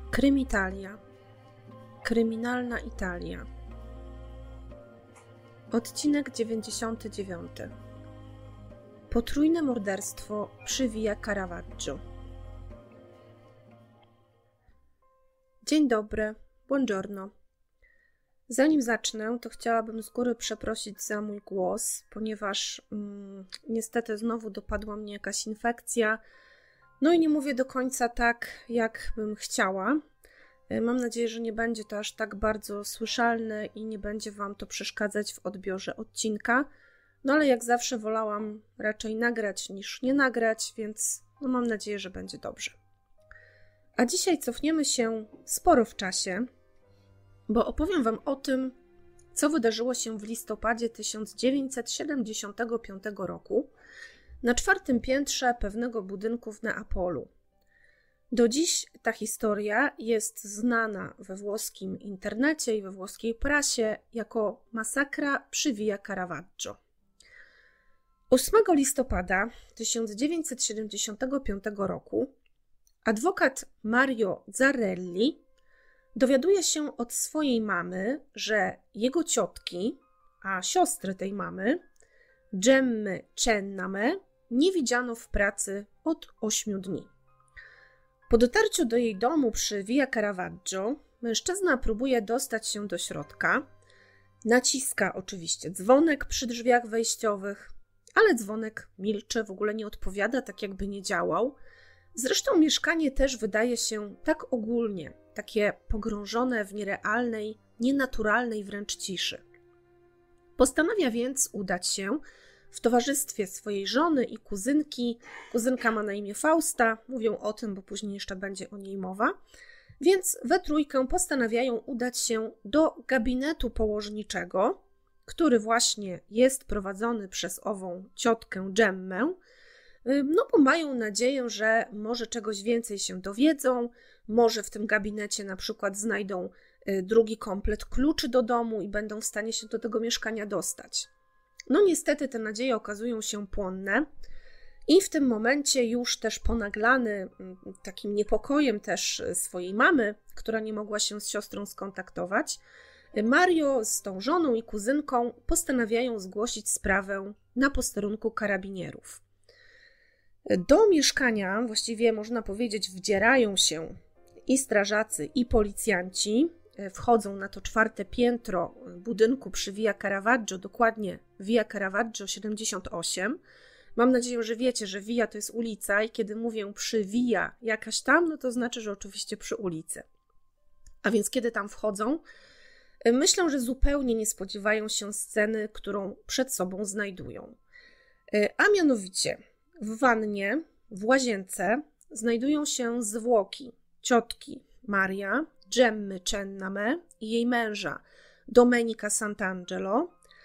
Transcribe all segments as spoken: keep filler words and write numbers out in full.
Krymitalia. Kryminalna Italia. Odcinek dziewięćdziesiąty dziewiąty. Potrójne morderstwo przy Via Caravaggio. Dzień dobry, buongiorno. Zanim zacznę, to chciałabym z góry przeprosić za mój głos, ponieważ mm, niestety znowu dopadła mnie jakaś infekcja. No i nie mówię do końca tak, jak bym chciała. Mam nadzieję, że nie będzie to aż tak bardzo słyszalne i nie będzie Wam to przeszkadzać w odbiorze odcinka. No ale jak zawsze wolałam raczej nagrać niż nie nagrać, więc no mam nadzieję, że będzie dobrze. A dzisiaj cofniemy się sporo w czasie, bo opowiem Wam o tym, co wydarzyło się w listopadzie tysiąc dziewięćset siedemdziesiątego piątego roku na czwartym piętrze pewnego budynku w Neapolu. Do dziś ta historia jest znana we włoskim internecie i we włoskiej prasie jako masakra przy Via Caravaggio. ósmego listopada tysiąc dziewięćset siedemdziesiątego piątego roku adwokat Mario Zarelli dowiaduje się od swojej mamy, że jego ciotki, a siostry tej mamy, Gemmy Cenname, nie widziano w pracy od ośmiu dni. Po dotarciu do jej domu przy Via Caravaggio mężczyzna próbuje dostać się do środka. Naciska oczywiście dzwonek przy drzwiach wejściowych, ale dzwonek milczy, w ogóle nie odpowiada, tak jakby nie działał. Zresztą mieszkanie też wydaje się tak ogólnie, takie pogrążone w nierealnej, nienaturalnej wręcz ciszy. Postanawia więc udać się w towarzystwie swojej żony i kuzynki. Kuzynka ma na imię Fausta, mówią o tym, bo później jeszcze będzie o niej mowa. Więc we trójkę postanawiają udać się do gabinetu położniczego, który właśnie jest prowadzony przez ową ciotkę Gemmę, no bo mają nadzieję, że może czegoś więcej się dowiedzą, może w tym gabinecie na przykład znajdą drugi komplet kluczy do domu i będą w stanie się do tego mieszkania dostać. No niestety te nadzieje okazują się płonne i w tym momencie już też ponaglany takim niepokojem też swojej mamy, która nie mogła się z siostrą skontaktować, Mario z tą żoną i kuzynką postanawiają zgłosić sprawę na posterunku karabinierów. Do mieszkania, właściwie można powiedzieć, wdzierają się i strażacy, i policjanci. Wchodzą na to czwarte piętro budynku przy Via Caravaggio, dokładnie Via Caravaggio siedemdziesiąt osiem. Mam nadzieję, że wiecie, że Via to jest ulica i kiedy mówię przy Via jakaś tam, no to znaczy, że oczywiście przy ulicy. A więc kiedy tam wchodzą, myślę, że zupełnie nie spodziewają się sceny, którą przed sobą znajdują. A mianowicie w wannie, w łazience znajdują się zwłoki ciotki Maria, Gemmy Cenname i jej męża Domenica Sant'Angelo.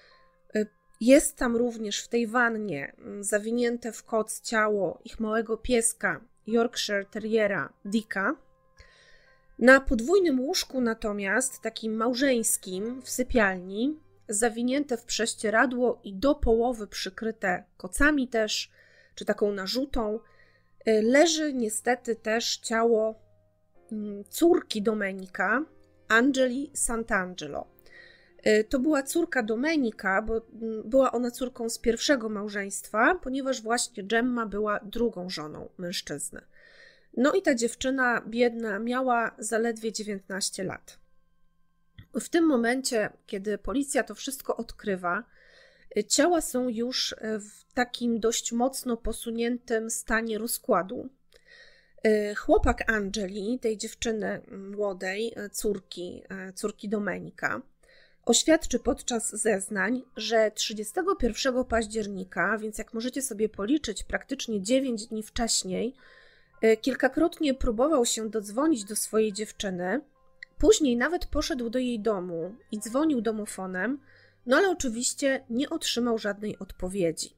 Jest tam również w tej wannie zawinięte w koc ciało ich małego pieska Yorkshire Terriera Dicka. Na podwójnym łóżku natomiast, takim małżeńskim w sypialni, zawinięte w prześcieradło i do połowy przykryte kocami też, czy taką narzutą, leży niestety też ciało córki Domenica, Angeli Sant'Angelo. To była córka Domenica, bo była ona córką z pierwszego małżeństwa, ponieważ właśnie Gemma była drugą żoną mężczyzny. No i ta dziewczyna biedna miała zaledwie dziewiętnaście lat. W tym momencie, kiedy policja to wszystko odkrywa, ciała są już w takim dość mocno posuniętym stanie rozkładu. Chłopak Angeli, tej dziewczyny młodej, córki, córki Domenica, oświadczy podczas zeznań, że trzydziestego pierwszego października, więc jak możecie sobie policzyć, praktycznie dziewięć dni wcześniej, kilkakrotnie próbował się dodzwonić do swojej dziewczyny, później nawet poszedł do jej domu i dzwonił domofonem, no ale oczywiście nie otrzymał żadnej odpowiedzi.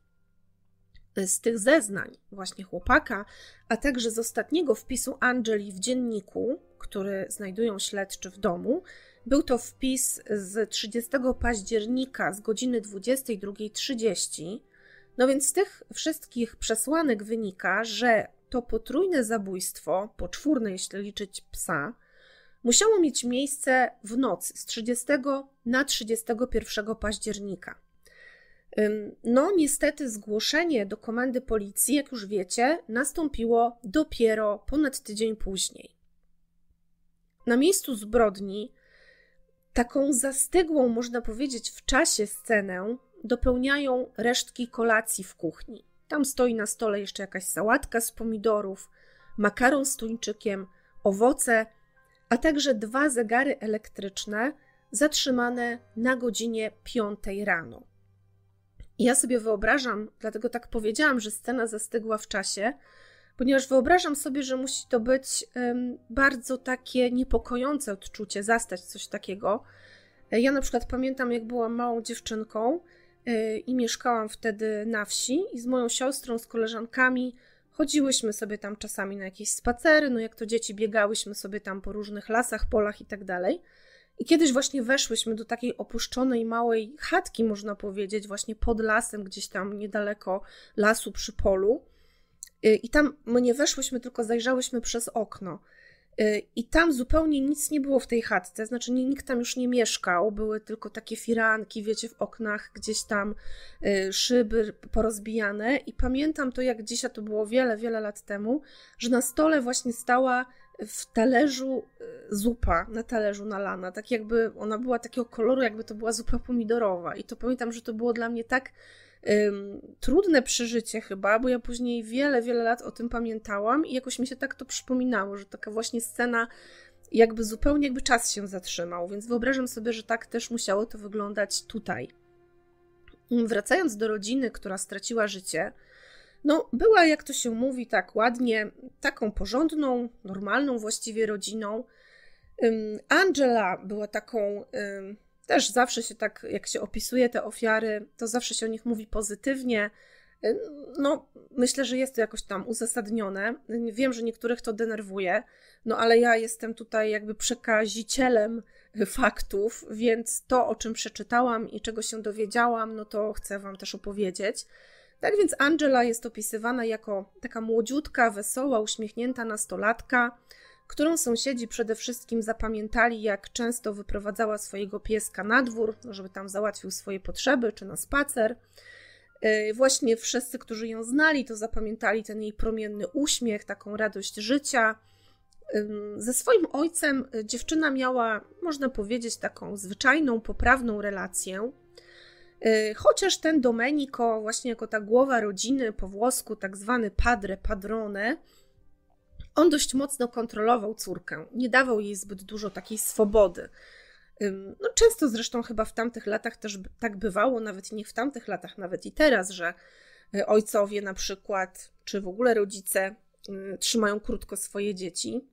Z tych zeznań właśnie chłopaka, a także z ostatniego wpisu Angeli w dzienniku, który znajdują śledczy w domu, był to wpis z trzydziestego października z godziny dwudziestej drugiej trzydzieści. No więc z tych wszystkich przesłanek wynika, że to potrójne zabójstwo, poczwórne jeśli liczyć psa, musiało mieć miejsce w nocy z trzydziestego na trzydziestego pierwszego października. No niestety zgłoszenie do komendy policji, jak już wiecie, nastąpiło dopiero ponad tydzień później. Na miejscu zbrodni taką zastygłą, można powiedzieć, w czasie scenę dopełniają resztki kolacji w kuchni. Tam stoi na stole jeszcze jakaś sałatka z pomidorów, makaron z tuńczykiem, owoce, a także dwa zegary elektryczne zatrzymane na godzinie piątej rano. I ja sobie wyobrażam, dlatego tak powiedziałam, że scena zastygła w czasie, ponieważ wyobrażam sobie, że musi to być um, bardzo takie niepokojące odczucie, zastać coś takiego. Ja na przykład pamiętam, jak byłam małą dziewczynką yy, i mieszkałam wtedy na wsi i z moją siostrą, z koleżankami chodziłyśmy sobie tam czasami na jakieś spacery, no jak to dzieci biegałyśmy sobie tam po różnych lasach, polach i tak dalej. I kiedyś właśnie weszłyśmy do takiej opuszczonej małej chatki, można powiedzieć, właśnie pod lasem, gdzieś tam niedaleko lasu przy polu. I tam my nie weszłyśmy, tylko zajrzałyśmy przez okno. I tam zupełnie nic nie było w tej chatce, znaczy nikt tam już nie mieszkał, były tylko takie firanki, wiecie, w oknach, gdzieś tam szyby porozbijane. I pamiętam to jak dzisiaj, to było wiele, wiele lat temu, że na stole właśnie stała w talerzu zupa, na talerzu nalana, tak jakby ona była takiego koloru, jakby to była zupa pomidorowa. I to pamiętam, że to było dla mnie tak um, trudne przeżycie chyba, bo ja później wiele, wiele lat o tym pamiętałam i jakoś mi się tak to przypominało, że taka właśnie scena, jakby zupełnie jakby czas się zatrzymał, więc wyobrażam sobie, że tak też musiało to wyglądać tutaj. Wracając do rodziny, która straciła życie, no, była, jak to się mówi tak ładnie, taką porządną, normalną właściwie rodziną. Angela była taką, też zawsze się tak, jak się opisuje te ofiary, to zawsze się o nich mówi pozytywnie. No, myślę, że jest to jakoś tam uzasadnione. Wiem, że niektórych to denerwuje, no ale ja jestem tutaj jakby przekazicielem faktów, więc to, o czym przeczytałam i czego się dowiedziałam, no to chcę wam też opowiedzieć. Tak więc Angela jest opisywana jako taka młodziutka, wesoła, uśmiechnięta nastolatka, którą sąsiedzi przede wszystkim zapamiętali, jak często wyprowadzała swojego pieska na dwór, żeby tam załatwił swoje potrzeby, czy na spacer. Właśnie wszyscy, którzy ją znali, to zapamiętali ten jej promienny uśmiech, taką radość życia. Ze swoim ojcem dziewczyna miała, można powiedzieć, taką zwyczajną, poprawną relację. Chociaż ten Domenico, właśnie jako ta głowa rodziny, po włosku tak zwany padre, padrone, on dość mocno kontrolował córkę, nie dawał jej zbyt dużo takiej swobody. No, często zresztą chyba w tamtych latach też tak bywało, nawet nie w tamtych latach, nawet i teraz, że ojcowie na przykład, czy w ogóle rodzice trzymają krótko swoje dzieci.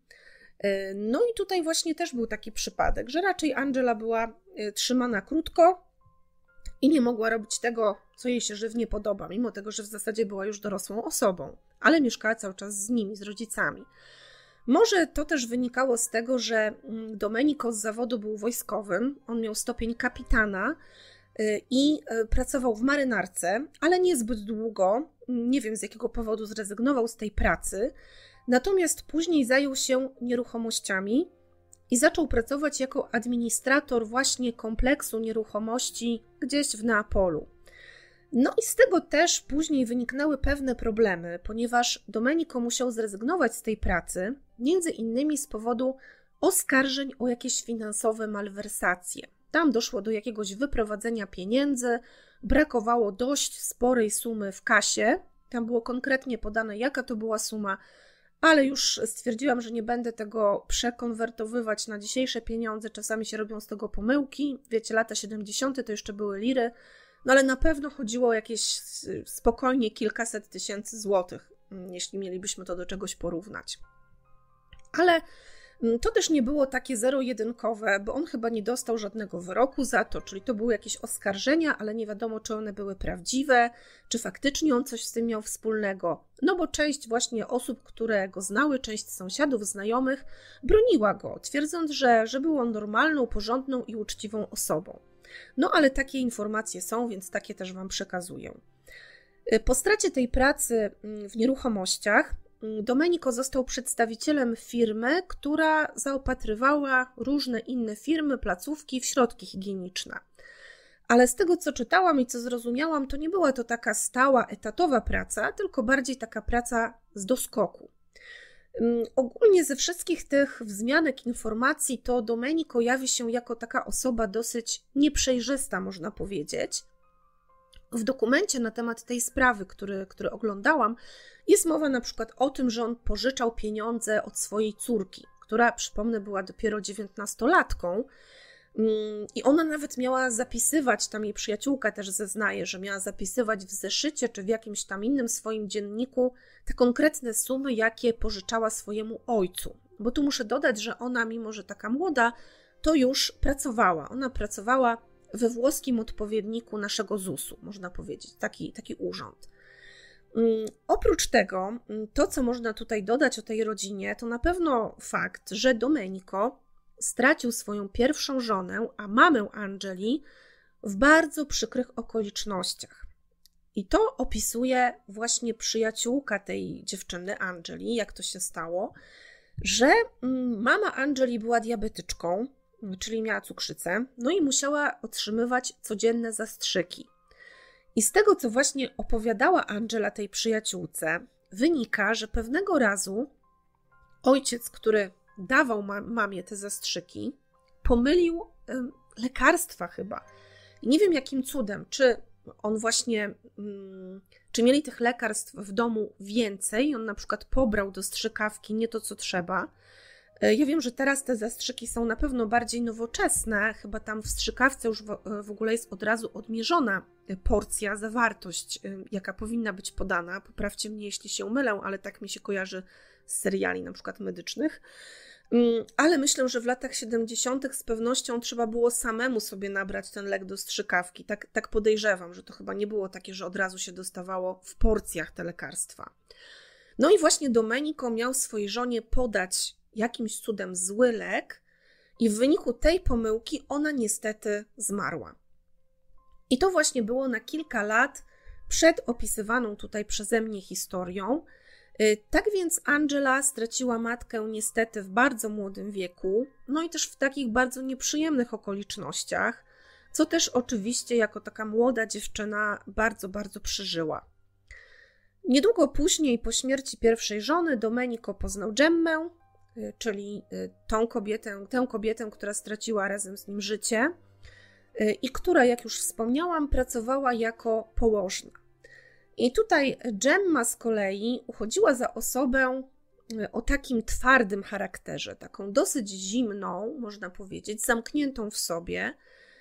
No i tutaj właśnie też był taki przypadek, że raczej Angela była trzymana krótko i nie mogła robić tego, co jej się żywnie podoba, mimo tego, że w zasadzie była już dorosłą osobą, ale mieszkała cały czas z nimi, z rodzicami. Może to też wynikało z tego, że Domenico z zawodu był wojskowym, on miał stopień kapitana i pracował w marynarce, ale niezbyt długo, nie wiem z jakiego powodu zrezygnował z tej pracy, natomiast później zajął się nieruchomościami i zaczął pracować jako administrator właśnie kompleksu nieruchomości gdzieś w Neapolu. No i z tego też później wyniknęły pewne problemy, ponieważ Domenico musiał zrezygnować z tej pracy, między innymi z powodu oskarżeń o jakieś finansowe malwersacje. Tam doszło do jakiegoś wyprowadzenia pieniędzy, brakowało dość sporej sumy w kasie, tam było konkretnie podane, jaka to była suma, ale już stwierdziłam, że nie będę tego przekonwertowywać na dzisiejsze pieniądze, czasami się robią z tego pomyłki, wiecie, lata siedemdziesiąte to jeszcze były liry, no ale na pewno chodziło o jakieś spokojnie kilkaset tysięcy złotych, jeśli mielibyśmy to do czegoś porównać. Ale to też nie było takie zero-jedynkowe, bo on chyba nie dostał żadnego wyroku za to, czyli to były jakieś oskarżenia, ale nie wiadomo, czy one były prawdziwe, czy faktycznie on coś z tym miał wspólnego. No bo część właśnie osób, które go znały, część sąsiadów, znajomych, broniła go, twierdząc, że, że był on normalną, porządną i uczciwą osobą. No ale takie informacje są, więc takie też wam przekazuję. Po stracie tej pracy w nieruchomościach Domenico został przedstawicielem firmy, która zaopatrywała różne inne firmy, placówki w środki higieniczne. Ale z tego, co czytałam i co zrozumiałam, to nie była to taka stała, etatowa praca, tylko bardziej taka praca z doskoku. Ogólnie ze wszystkich tych wzmianek informacji to Domenico jawi się jako taka osoba dosyć nieprzejrzysta, można powiedzieć. W dokumencie na temat tej sprawy, który, który oglądałam, jest mowa na przykład o tym, że on pożyczał pieniądze od swojej córki, która, przypomnę, była dopiero dziewiętnastolatką i ona nawet miała zapisywać, tam jej przyjaciółka też zeznaje, że miała zapisywać w zeszycie czy w jakimś tam innym swoim dzienniku te konkretne sumy, jakie pożyczała swojemu ojcu. Bo tu muszę dodać, że ona, mimo że taka młoda, to już pracowała. Ona pracowała we włoskim odpowiedniku naszego zusu, można powiedzieć, taki, taki urząd. Um, oprócz tego, to co można tutaj dodać o tej rodzinie, to na pewno fakt, że Domenico stracił swoją pierwszą żonę, a mamę Angeli w bardzo przykrych okolicznościach. I to opisuje właśnie przyjaciółka tej dziewczyny, Angeli, jak to się stało, że mama Angeli była diabetyczką, czyli miała cukrzycę, no i musiała otrzymywać codzienne zastrzyki. I z tego, co właśnie opowiadała Angela tej przyjaciółce, wynika, że pewnego razu ojciec, który dawał mamie te zastrzyki, pomylił y, lekarstwa chyba. I nie wiem jakim cudem, czy on właśnie, y, czy mieli tych lekarstw w domu więcej, on na przykład pobrał do strzykawki nie to, co trzeba. Y, ja wiem, że teraz te zastrzyki są na pewno bardziej nowoczesne, chyba tam w strzykawce już w, w ogóle jest od razu odmierzona porcja, zawartość, y, jaka powinna być podana. Poprawcie mnie, jeśli się mylę, ale tak mi się kojarzy z seriali na przykład medycznych. Ale myślę, że w latach siedemdziesiątych z pewnością trzeba było samemu sobie nabrać ten lek do strzykawki. Tak, tak podejrzewam, że to chyba nie było takie, że od razu się dostawało w porcjach te lekarstwa. No i właśnie Domenico miał swojej żonie podać jakimś cudem zły lek i w wyniku tej pomyłki ona niestety zmarła. I to właśnie było na kilka lat przed opisywaną tutaj przeze mnie historią. Tak więc Angela straciła matkę niestety w bardzo młodym wieku, no i też w takich bardzo nieprzyjemnych okolicznościach, co też oczywiście jako taka młoda dziewczyna bardzo, bardzo przeżyła. Niedługo później, po śmierci pierwszej żony, Domenico poznał Gemmę, czyli tą kobietę, tę kobietę, która straciła razem z nim życie i która, jak już wspomniałam, pracowała jako położna. I tutaj Gemma z kolei uchodziła za osobę o takim twardym charakterze, taką dosyć zimną, można powiedzieć, zamkniętą w sobie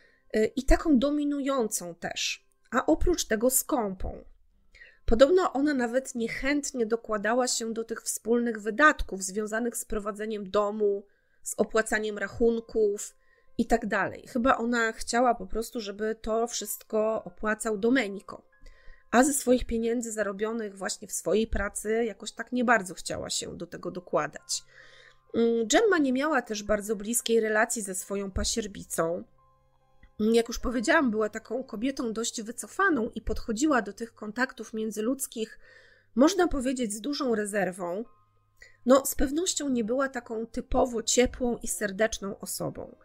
i taką dominującą też, a oprócz tego skąpą. Podobno ona nawet niechętnie dokładała się do tych wspólnych wydatków związanych z prowadzeniem domu, z opłacaniem rachunków i tak dalej. Chyba ona chciała po prostu, żeby to wszystko opłacał Domenico. A ze swoich pieniędzy zarobionych właśnie w swojej pracy jakoś tak nie bardzo chciała się do tego dokładać. Gemma nie miała też bardzo bliskiej relacji ze swoją pasierbicą. Jak już powiedziałam, była taką kobietą dość wycofaną i podchodziła do tych kontaktów międzyludzkich, można powiedzieć, z dużą rezerwą. No, z pewnością nie była taką typowo ciepłą i serdeczną osobą.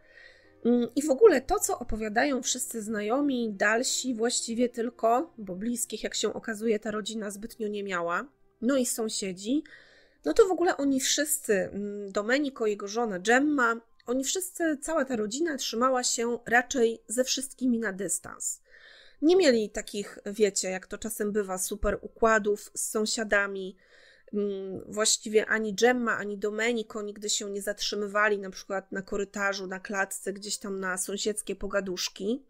I w ogóle to, co opowiadają wszyscy znajomi, dalsi właściwie tylko, bo bliskich, jak się okazuje, ta rodzina zbytnio nie miała, no i sąsiedzi, no to w ogóle oni wszyscy, Domenico, jego żona Gemma, oni wszyscy, cała ta rodzina trzymała się raczej ze wszystkimi na dystans. Nie mieli takich, wiecie, jak to czasem bywa, super układów z sąsiadami. Właściwie ani Gemma, ani Domenico nigdy się nie zatrzymywali na przykład na korytarzu, na klatce, gdzieś tam na sąsiedzkie pogaduszki.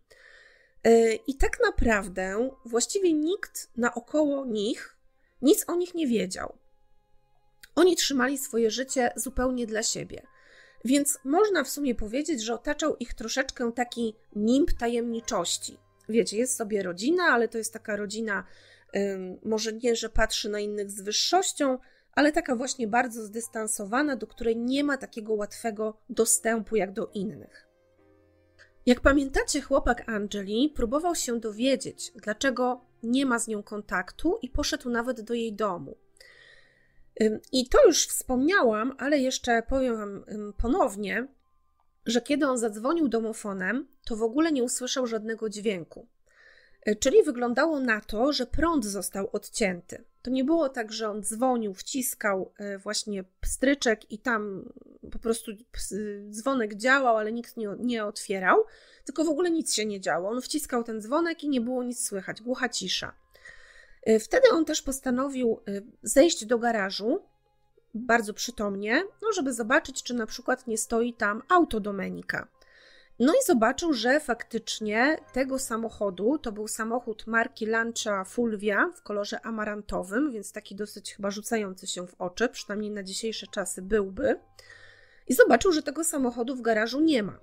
I tak naprawdę właściwie nikt naokoło nich nic o nich nie wiedział. Oni trzymali swoje życie zupełnie dla siebie. Więc można w sumie powiedzieć, że otaczał ich troszeczkę taki nimb tajemniczości. Wiecie, jest sobie rodzina, ale to jest taka rodzina, ym, może nie, że patrzy na innych z wyższością, ale taka właśnie bardzo zdystansowana, do której nie ma takiego łatwego dostępu jak do innych. Jak pamiętacie, chłopak Angeli próbował się dowiedzieć, dlaczego nie ma z nią kontaktu i poszedł nawet do jej domu. I to już wspomniałam, ale jeszcze powiem Wam ponownie, że kiedy on zadzwonił domofonem, to w ogóle nie usłyszał żadnego dźwięku. Czyli wyglądało na to, że prąd został odcięty. To nie było tak, że on dzwonił, wciskał właśnie pstryczek i tam po prostu dzwonek działał, ale nikt nie, nie otwierał, tylko w ogóle nic się nie działo. On wciskał ten dzwonek i nie było nic słychać, głucha cisza. Wtedy on też postanowił zejść do garażu, bardzo przytomnie, no żeby zobaczyć, czy na przykład nie stoi tam auto Domenika. No i zobaczył, że faktycznie tego samochodu, to był samochód marki Lancia Fulvia w kolorze amarantowym, więc taki dosyć chyba rzucający się w oczy, przynajmniej na dzisiejsze czasy byłby. I zobaczył, że tego samochodu w garażu nie ma.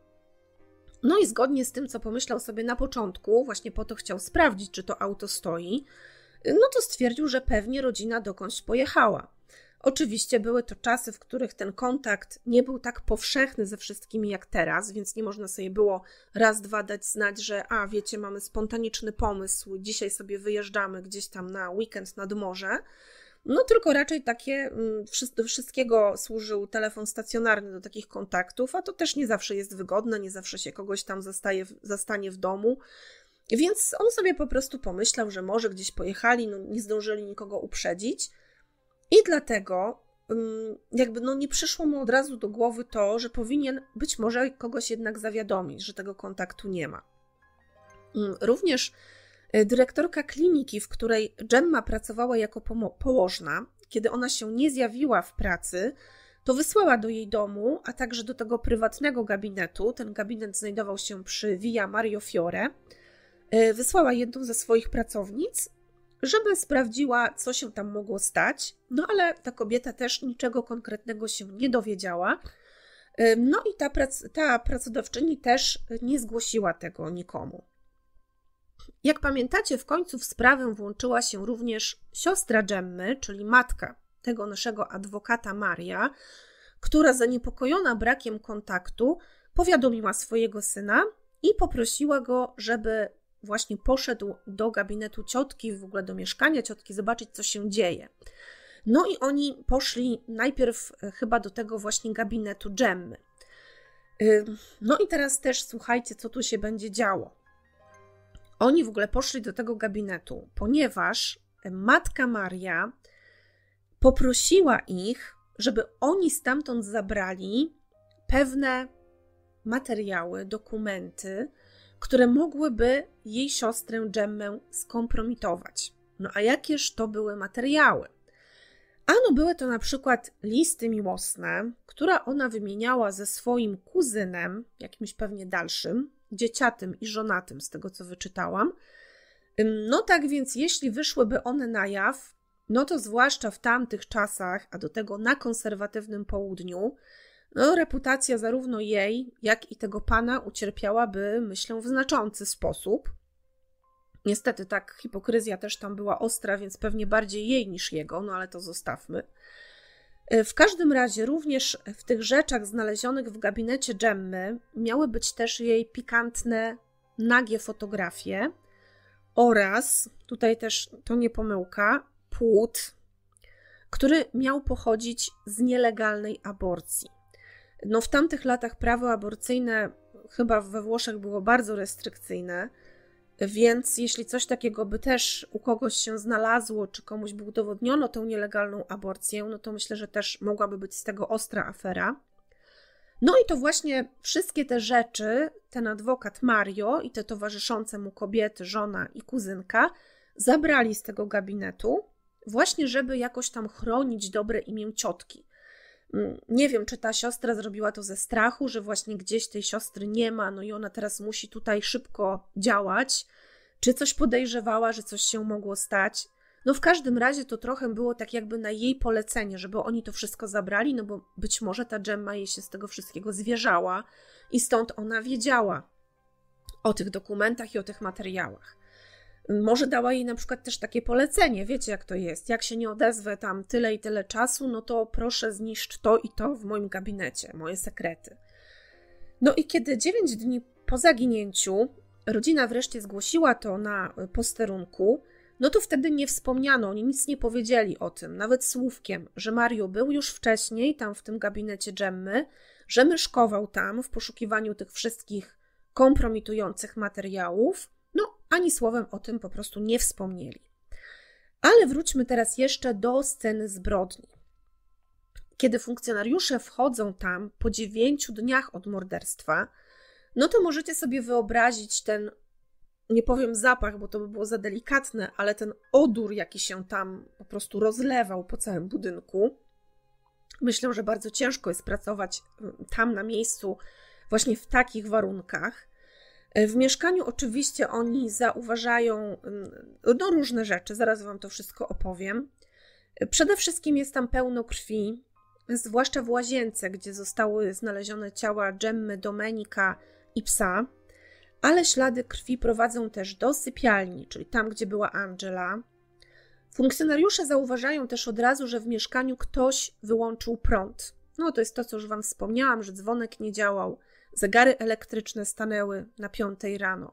No i zgodnie z tym, co pomyślał sobie na początku, właśnie po to chciał sprawdzić, czy to auto stoi, no to stwierdził, że pewnie rodzina dokądś pojechała. Oczywiście były to czasy, w których ten kontakt nie był tak powszechny ze wszystkimi jak teraz, więc nie można sobie było raz, dwa dać znać, że a wiecie, mamy spontaniczny pomysł, dzisiaj sobie wyjeżdżamy gdzieś tam na weekend nad morze. No tylko raczej takie, do wszystkiego służył telefon stacjonarny do takich kontaktów, a to też nie zawsze jest wygodne, nie zawsze się kogoś tam zastaje, zastanie w domu. Więc on sobie po prostu pomyślał, że może gdzieś pojechali, no nie zdążyli nikogo uprzedzić. I dlatego jakby no nie przyszło mu od razu do głowy to, że powinien być może kogoś jednak zawiadomić, że tego kontaktu nie ma. Również dyrektorka kliniki, w której Gemma pracowała jako położna, kiedy ona się nie zjawiła w pracy, to wysłała do jej domu, a także do tego prywatnego gabinetu, ten gabinet znajdował się przy Via Mario Fiore, wysłała jedną ze swoich pracownic, żeby sprawdziła, co się tam mogło stać, no ale ta kobieta też niczego konkretnego się nie dowiedziała. No i ta, prac- ta pracodawczyni też nie zgłosiła tego nikomu. Jak pamiętacie, w końcu w sprawę włączyła się również siostra Gemmy, czyli matka tego naszego adwokata Maria, która zaniepokojona brakiem kontaktu powiadomiła swojego syna i poprosiła go, żeby właśnie poszedł do gabinetu ciotki, w ogóle do mieszkania ciotki, zobaczyć, co się dzieje. No i oni poszli najpierw chyba do tego właśnie gabinetu Gemmy. No i teraz też słuchajcie, co tu się będzie działo. Oni w ogóle poszli do tego gabinetu, ponieważ matka Maria poprosiła ich, żeby oni stamtąd zabrali pewne materiały, dokumenty, które mogłyby jej siostrę Gemmę skompromitować. No a jakież to były materiały? Ano były to na przykład listy miłosne, które ona wymieniała ze swoim kuzynem, jakimś pewnie dalszym, dzieciatym i żonatym, z tego co wyczytałam. No tak więc jeśli wyszłyby one na jaw, no to zwłaszcza w tamtych czasach, a do tego na konserwatywnym południu, no reputacja zarówno jej, jak i tego pana ucierpiałaby, myślę, w znaczący sposób. Niestety tak, hipokryzja też tam była ostra, więc pewnie bardziej jej niż jego, no ale to zostawmy. W każdym razie również w tych rzeczach znalezionych w gabinecie Gemmy miały być też jej pikantne, nagie fotografie oraz, tutaj też to nie pomyłka, płód, który miał pochodzić z nielegalnej aborcji. No w tamtych latach prawo aborcyjne chyba we Włoszech było bardzo restrykcyjne, więc jeśli coś takiego by też u kogoś się znalazło, czy komuś by udowodniono tę nielegalną aborcję, no to myślę, że też mogłaby być z tego ostra afera. No i to właśnie wszystkie te rzeczy ten adwokat Mario i te towarzyszące mu kobiety, żona i kuzynka zabrali z tego gabinetu, właśnie żeby jakoś tam chronić dobre imię ciotki. Nie wiem, czy ta siostra zrobiła to ze strachu, że właśnie gdzieś tej siostry nie ma, no i ona teraz musi tutaj szybko działać, czy coś podejrzewała, że coś się mogło stać. No w każdym razie to trochę było tak jakby na jej polecenie, żeby oni to wszystko zabrali, no bo być może ta Gemma jej się z tego wszystkiego zwierzała i stąd ona wiedziała o tych dokumentach i o tych materiałach. Może dała jej na przykład też takie polecenie, wiecie jak to jest, jak się nie odezwę tam tyle i tyle czasu, no to proszę zniszcz to i to w moim gabinecie, moje sekrety. No i kiedy dziewięć dni po zaginięciu rodzina wreszcie zgłosiła to na posterunku, no to wtedy nie wspomniano, oni nic nie powiedzieli o tym, nawet słówkiem, że Mario był już wcześniej tam w tym gabinecie Gemmy, że myszkował tam w poszukiwaniu tych wszystkich kompromitujących materiałów, no ani słowem o tym po prostu nie wspomnieli. Ale wróćmy teraz jeszcze do sceny zbrodni. Kiedy funkcjonariusze wchodzą tam po dziewięciu dniach od morderstwa, no to możecie sobie wyobrazić ten, nie powiem zapach, bo to by było za delikatne, ale ten odór, jaki się tam po prostu rozlewał po całym budynku. Myślę, że bardzo ciężko jest pracować tam na miejscu właśnie w takich warunkach. W mieszkaniu oczywiście oni zauważają no, różne rzeczy, zaraz wam to wszystko opowiem. Przede wszystkim jest tam pełno krwi, zwłaszcza w łazience, gdzie zostały znalezione ciała Gemmy, Domenika i psa, ale ślady krwi prowadzą też do sypialni, czyli tam, gdzie była Angela. Funkcjonariusze zauważają też od razu, że w mieszkaniu ktoś wyłączył prąd. No to jest to, co już wam wspomniałam, że dzwonek nie działał, zegary elektryczne stanęły na piątej rano.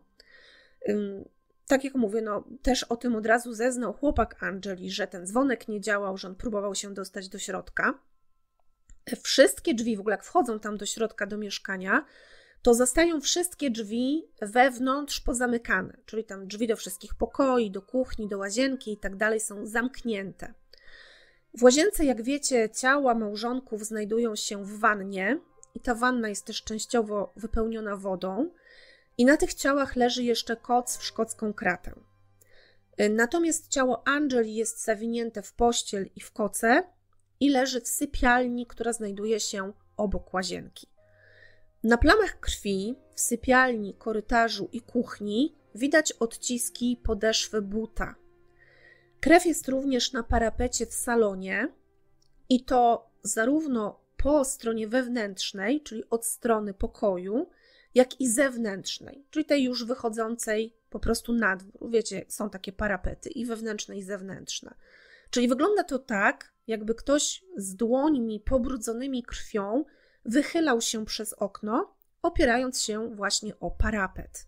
Tak jak mówię, no też o tym od razu zeznał chłopak Angeli, że ten dzwonek nie działał, że on próbował się dostać do środka. Wszystkie drzwi, w ogóle jak wchodzą tam do środka, do mieszkania, to zastają wszystkie drzwi wewnątrz pozamykane, czyli tam drzwi do wszystkich pokoi, do kuchni, do łazienki i tak dalej są zamknięte. W łazience, jak wiecie, ciała małżonków znajdują się w wannie i ta wanna jest też częściowo wypełniona wodą i na tych ciałach leży jeszcze koc w szkocką kratę. Natomiast ciało Angeli jest zawinięte w pościel i w koce i leży w sypialni, która znajduje się obok łazienki. Na plamach krwi w sypialni, korytarzu i kuchni widać odciski podeszwy buta. Krew jest również na parapecie w salonie i to zarówno po stronie wewnętrznej, czyli od strony pokoju, jak i zewnętrznej, czyli tej już wychodzącej po prostu na dwór. Wiecie, są takie parapety i wewnętrzne i zewnętrzne. Czyli wygląda to tak, jakby ktoś z dłońmi pobrudzonymi krwią wychylał się przez okno, opierając się właśnie o parapet.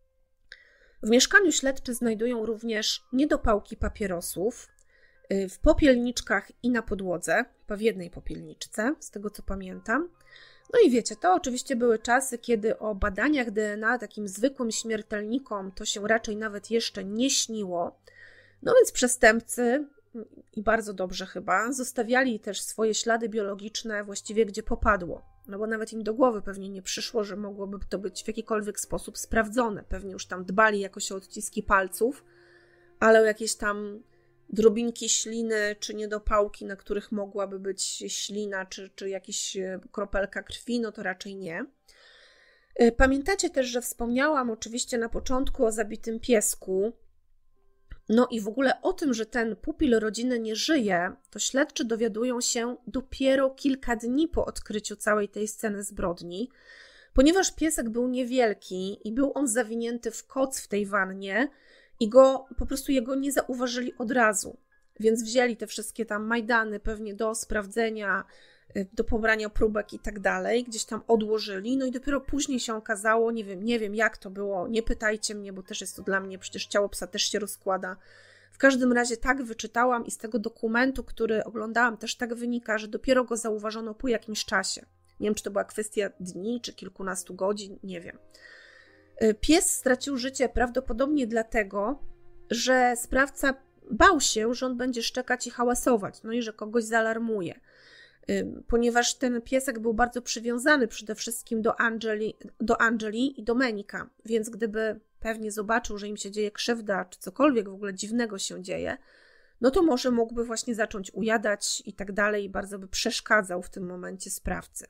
W mieszkaniu śledczy znajdują również niedopałki papierosów w popielniczkach i na podłodze, chyba w jednej popielniczce, z tego co pamiętam. No i wiecie, to oczywiście były czasy, kiedy o badaniach D N A takim zwykłym śmiertelnikom to się raczej nawet jeszcze nie śniło. No więc przestępcy, i bardzo dobrze chyba, zostawiali też swoje ślady biologiczne właściwie gdzie popadło. No bo nawet im do głowy pewnie nie przyszło, że mogłoby to być w jakikolwiek sposób sprawdzone. Pewnie już tam dbali jakoś o odciski palców, ale o jakieś tam drobinki śliny czy niedopałki, na których mogłaby być ślina czy, czy jakaś kropelka krwi, no to raczej nie. Pamiętacie też, że wspomniałam oczywiście na początku o zabitym piesku. No i w ogóle o tym, że ten pupil rodziny nie żyje, to śledczy dowiadują się dopiero kilka dni po odkryciu całej tej sceny zbrodni, ponieważ piesek był niewielki i był on zawinięty w koc w tej wannie i go, po prostu jego nie zauważyli od razu, więc wzięli te wszystkie tam majdany pewnie do sprawdzenia, do pobrania próbek i tak dalej, gdzieś tam odłożyli, no i dopiero później się okazało, nie wiem, nie wiem jak to było, nie pytajcie mnie, bo też jest to dla mnie, przecież ciało psa też się rozkłada. W każdym razie tak wyczytałam i z tego dokumentu, który oglądałam, też tak wynika, że dopiero go zauważono po jakimś czasie. Nie wiem, czy to była kwestia dni, czy kilkunastu godzin, nie wiem. Pies stracił życie prawdopodobnie dlatego, że sprawca bał się, że on będzie szczekać i hałasować, no i że kogoś zaalarmuje. Ponieważ ten piesek był bardzo przywiązany przede wszystkim do Angeli, do Angeli i Domenika, więc gdyby pewnie zobaczył, że im się dzieje krzywda, czy cokolwiek w ogóle dziwnego się dzieje, no to może mógłby właśnie zacząć ujadać i tak dalej i bardzo by przeszkadzał w tym momencie sprawcy.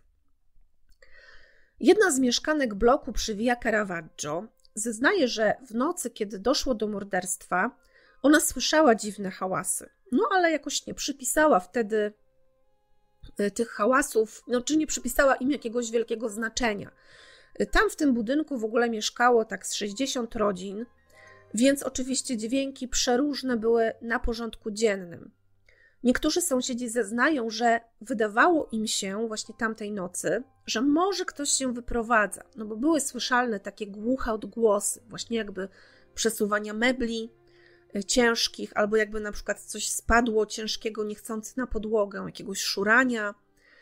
Jedna z mieszkanek bloku przy Via Caravaggio zeznaje, że w nocy, kiedy doszło do morderstwa, ona słyszała dziwne hałasy, no ale jakoś nie przypisała wtedy tych hałasów, no czy nie przypisała im jakiegoś wielkiego znaczenia. Tam w tym budynku w ogóle mieszkało tak z sześćdziesiąt rodzin, więc oczywiście dźwięki przeróżne były na porządku dziennym. Niektórzy sąsiedzi zeznają, że wydawało im się właśnie tamtej nocy, że może ktoś się wyprowadza, no bo były słyszalne takie głuche odgłosy, właśnie jakby przesuwania mebli, ciężkich, albo jakby na przykład coś spadło ciężkiego, niechcący na podłogę, jakiegoś szurania.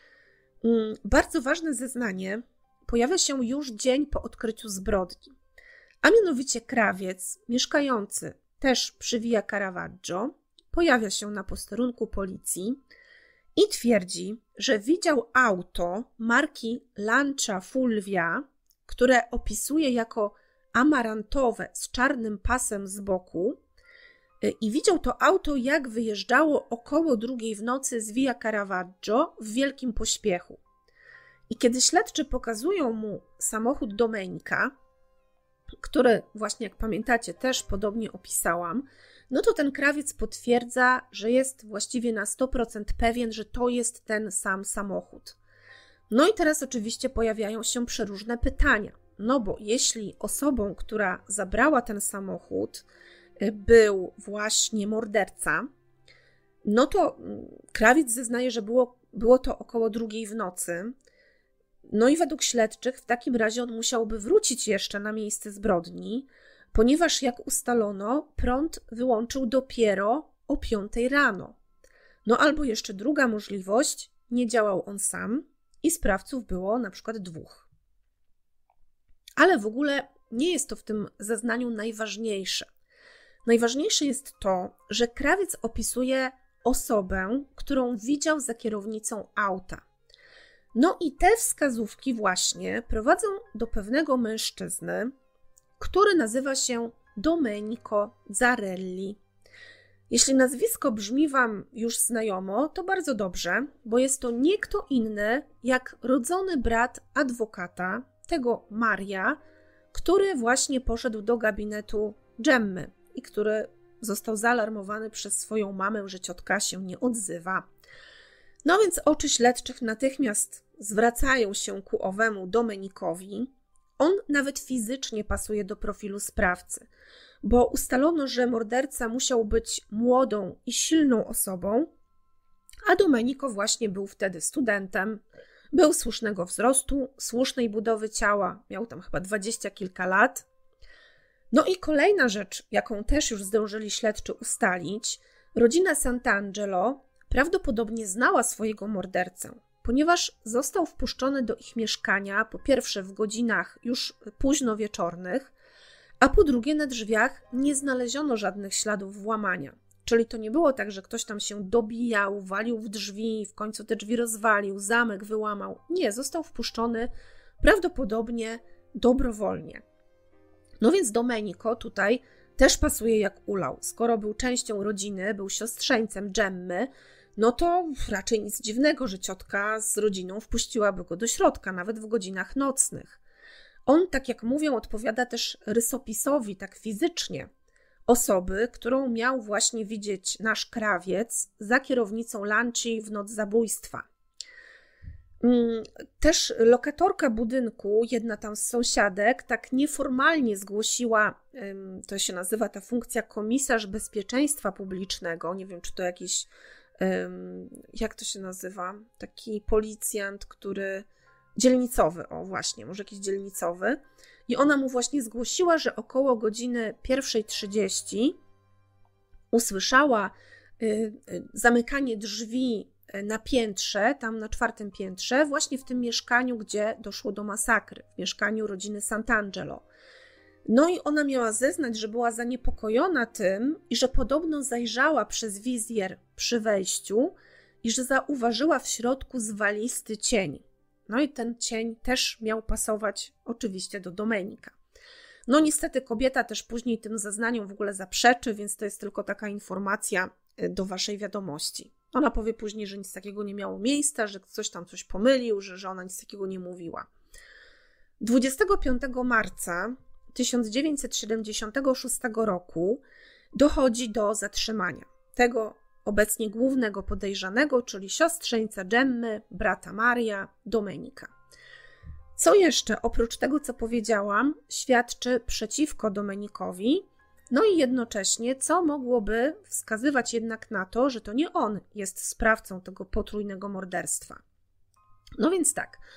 Bardzo ważne zeznanie pojawia się już dzień po odkryciu zbrodni, a mianowicie krawiec mieszkający też przy Via Caravaggio pojawia się na posterunku policji i twierdzi, że widział auto marki Lancia Fulvia, które opisuje jako amarantowe z czarnym pasem z boku, i widział to auto, jak wyjeżdżało około drugiej w nocy z Via Caravaggio w wielkim pośpiechu. I kiedy śledczy pokazują mu samochód Domenica, który właśnie, jak pamiętacie, też podobnie opisałam, no to ten krawiec potwierdza, że jest właściwie na sto procent pewien, że to jest ten sam samochód. No i teraz oczywiście pojawiają się przeróżne pytania. No bo jeśli osobą, która zabrała ten samochód, był właśnie morderca, no to krawiec zeznaje, że było, było to około drugiej w nocy. No i według śledczych w takim razie on musiałby wrócić jeszcze na miejsce zbrodni, ponieważ jak ustalono, prąd wyłączył dopiero o piątej rano. No albo jeszcze druga możliwość, nie działał on sam i sprawców było na przykład dwóch. Ale w ogóle nie jest to w tym zeznaniu najważniejsze. Najważniejsze jest to, że krawiec opisuje osobę, którą widział za kierownicą auta. No i te wskazówki właśnie prowadzą do pewnego mężczyzny, który nazywa się Domenico Zarelli. Jeśli nazwisko brzmi Wam już znajomo, to bardzo dobrze, bo jest to nie kto inny jak rodzony brat adwokata, tego Maria, który właśnie poszedł do gabinetu Gemmy i który został zaalarmowany przez swoją mamę, że ciotka się nie odzywa. No więc oczy śledczych natychmiast zwracają się ku owemu Domenikowi. On nawet fizycznie pasuje do profilu sprawcy, bo ustalono, że morderca musiał być młodą i silną osobą, a Domenico właśnie był wtedy studentem, był słusznego wzrostu, słusznej budowy ciała, miał tam chyba dwadzieścia kilka lat. No i kolejna rzecz, jaką też już zdążyli śledczy ustalić, rodzina Sant'Angelo prawdopodobnie znała swojego mordercę, ponieważ został wpuszczony do ich mieszkania po pierwsze w godzinach już późno wieczornych, a po drugie na drzwiach nie znaleziono żadnych śladów włamania. Czyli to nie było tak, że ktoś tam się dobijał, walił w drzwi, w końcu te drzwi rozwalił, zamek wyłamał. Nie, został wpuszczony prawdopodobnie dobrowolnie. No więc Domenico tutaj też pasuje jak ulał. Skoro był częścią rodziny, był siostrzeńcem Gemmy, no to raczej nic dziwnego, że ciotka z rodziną wpuściłaby go do środka, nawet w godzinach nocnych. On, tak jak mówią, odpowiada też rysopisowi, tak fizycznie, osoby, którą miał właśnie widzieć nasz krawiec za kierownicą Lanci w noc zabójstwa. Też lokatorka budynku, jedna tam z sąsiadek, tak nieformalnie zgłosiła, to się nazywa ta funkcja komisarz bezpieczeństwa publicznego, nie wiem, czy to jakiś, jak to się nazywa, taki policjant, który, dzielnicowy, o właśnie, może jakiś dzielnicowy, i ona mu właśnie zgłosiła, że około godziny pierwszej trzydzieści usłyszała zamykanie drzwi na piętrze, tam na czwartym piętrze, właśnie w tym mieszkaniu, gdzie doszło do masakry, w mieszkaniu rodziny Sant'Angelo. No i ona miała zeznać, że była zaniepokojona tym i że podobno zajrzała przez wizjer przy wejściu i że zauważyła w środku zwalisty cień. No i ten cień też miał pasować oczywiście do Domenika. No niestety kobieta też później tym zeznaniom w ogóle zaprzeczy, więc to jest tylko taka informacja do waszej wiadomości. Ona powie później, że nic takiego nie miało miejsca, że ktoś tam coś pomylił, że, że ona nic takiego nie mówiła. dwudziestego piątego marca tysiąc dziewięćset siedemdziesiątego szóstego roku dochodzi do zatrzymania tego obecnie głównego podejrzanego, czyli siostrzeńca Gemmy, brata Maria, Domenika. Co jeszcze, oprócz tego, co powiedziałam, świadczy przeciwko Domenikowi, no i jednocześnie, co mogłoby wskazywać jednak na to, że to nie on jest sprawcą tego potrójnego morderstwa. No więc tak,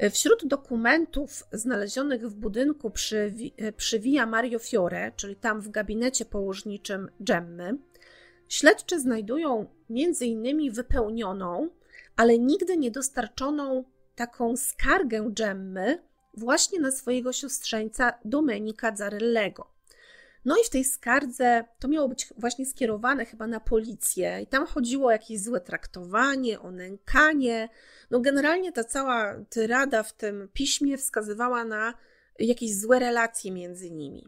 Wśród dokumentów znalezionych w budynku przy, przy Via Mario Fiore, czyli tam w gabinecie położniczym Gemmy, śledczy znajdują między innymi wypełnioną, ale nigdy nie dostarczoną taką skargę Gemmy właśnie na swojego siostrzeńca Domenica Zarellego. No i w tej skardze to miało być właśnie skierowane chyba na policję i tam chodziło o jakieś złe traktowanie, o nękanie. No generalnie ta cała tyrada w tym piśmie wskazywała na jakieś złe relacje między nimi.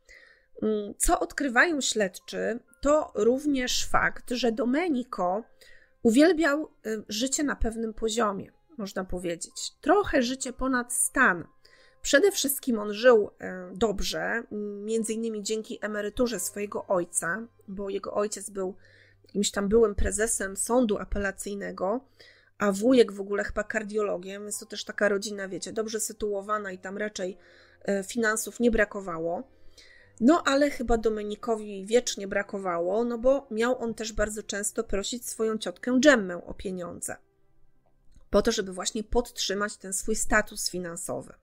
Co odkrywają śledczy, to również fakt, że Domenico uwielbiał życie na pewnym poziomie, można powiedzieć. Trochę życie ponad stan. Przede wszystkim on żył dobrze, między innymi dzięki emeryturze swojego ojca, bo jego ojciec był jakimś tam byłym prezesem sądu apelacyjnego, a wujek w ogóle chyba kardiologiem, jest to też taka rodzina, wiecie, dobrze sytuowana i tam raczej finansów nie brakowało. No ale chyba Domenikowi wiecznie brakowało, no bo miał on też bardzo często prosić swoją ciotkę Gemmę o pieniądze, po to, żeby właśnie podtrzymać ten swój status finansowy.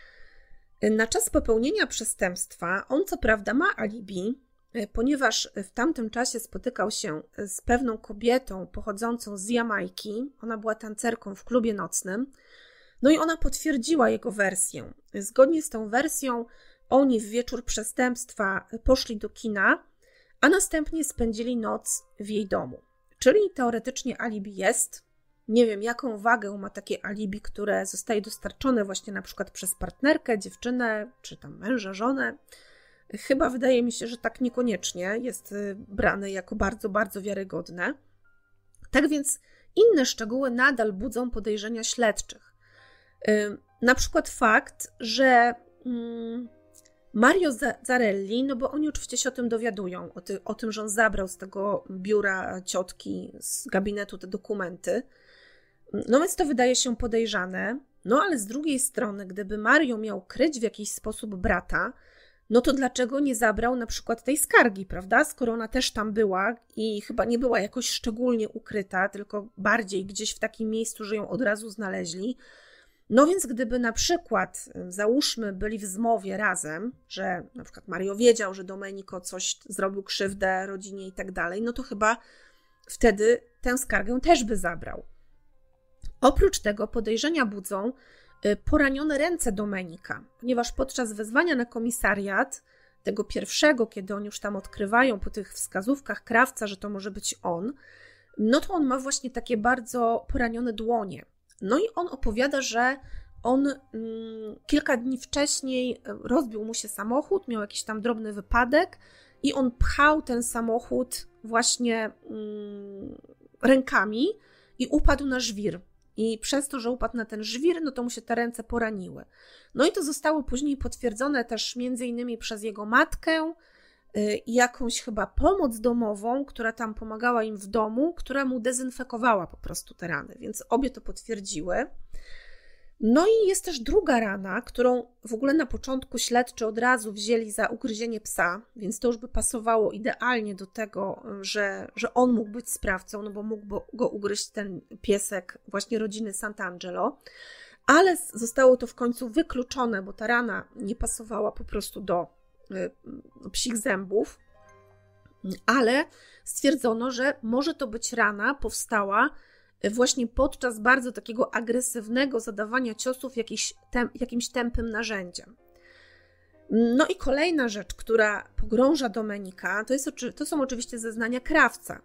Na czas popełnienia przestępstwa on co prawda ma alibi, ponieważ w tamtym czasie spotykał się z pewną kobietą pochodzącą z Jamajki, ona była tancerką w klubie nocnym, no i ona potwierdziła jego wersję. Zgodnie z tą wersją oni w wieczór przestępstwa poszli do kina, a następnie spędzili noc w jej domu. Czyli teoretycznie alibi jest. Nie wiem, jaką wagę ma takie alibi, które zostaje dostarczone właśnie na przykład przez partnerkę, dziewczynę, czy tam męża, żonę. Chyba wydaje mi się, że tak niekoniecznie jest brane jako bardzo, bardzo wiarygodne. Tak więc inne szczegóły nadal budzą podejrzenia śledczych. Na przykład fakt, że Mario Zarelli, no bo oni oczywiście się o tym dowiadują, o, ty, o tym, że on zabrał z tego biura ciotki, z gabinetu te dokumenty. No więc to wydaje się podejrzane, no ale z drugiej strony, gdyby Mario miał kryć w jakiś sposób brata, no to dlaczego nie zabrał na przykład tej skargi, prawda? Skoro ona też tam była i chyba nie była jakoś szczególnie ukryta, tylko bardziej gdzieś w takim miejscu, że ją od razu znaleźli. No więc gdyby na przykład, załóżmy, byli w zmowie razem, że na przykład Mario wiedział, że Domenico coś zrobił krzywdę rodzinie i tak dalej, no to chyba wtedy tę skargę też by zabrał. Oprócz tego podejrzenia budzą poranione ręce Domenica, ponieważ podczas wezwania na komisariat, tego pierwszego, kiedy oni już tam odkrywają po tych wskazówkach krawca, że to może być on, no to on ma właśnie takie bardzo poranione dłonie. No i on opowiada, że on mm, kilka dni wcześniej rozbił mu się samochód, miał jakiś tam drobny wypadek i on pchał ten samochód właśnie mm, rękami i upadł na żwir. I przez to, że upadł na ten żwir, no to mu się te ręce poraniły. No i to zostało później potwierdzone też między innymi przez jego matkę i jakąś chyba pomoc domową, która tam pomagała im w domu, która mu dezynfekowała po prostu te rany, więc obie to potwierdziły. No i jest też druga rana, którą w ogóle na początku śledczy od razu wzięli za ugryzienie psa, więc to już by pasowało idealnie do tego, że, że on mógł być sprawcą, no bo mógł go ugryźć ten piesek właśnie rodziny Sant'Angelo, ale zostało to w końcu wykluczone, bo ta rana nie pasowała po prostu do y, psich zębów, ale stwierdzono, że może to być rana powstała właśnie podczas bardzo takiego agresywnego zadawania ciosów jakiś tem, jakimś tępym narzędziem. No i kolejna rzecz, która pogrąża Domenica, to, jest, to są oczywiście zeznania krawca.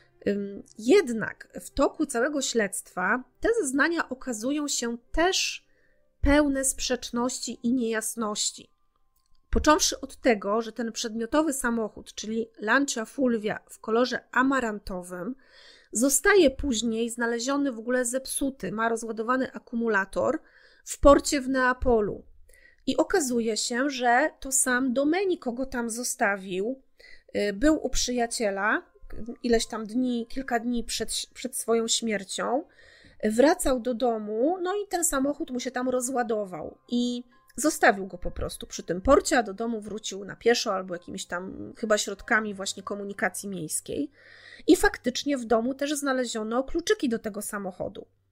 Jednak w toku całego śledztwa te zeznania okazują się też pełne sprzeczności i niejasności. Począwszy od tego, że ten przedmiotowy samochód, czyli Lancia Fulvia w kolorze amarantowym, zostaje później znaleziony w ogóle zepsuty, ma rozładowany akumulator w porcie w Neapolu. I okazuje się, że to sam Domenico go tam zostawił, był u przyjaciela ileś tam dni, kilka dni przed, przed swoją śmiercią, wracał do domu, no i ten samochód mu się tam rozładował i zostawił go po prostu przy tym porcie, a do domu wrócił na pieszo albo jakimiś tam chyba środkami właśnie komunikacji miejskiej. I faktycznie w domu też znaleziono kluczyki do tego samochodu.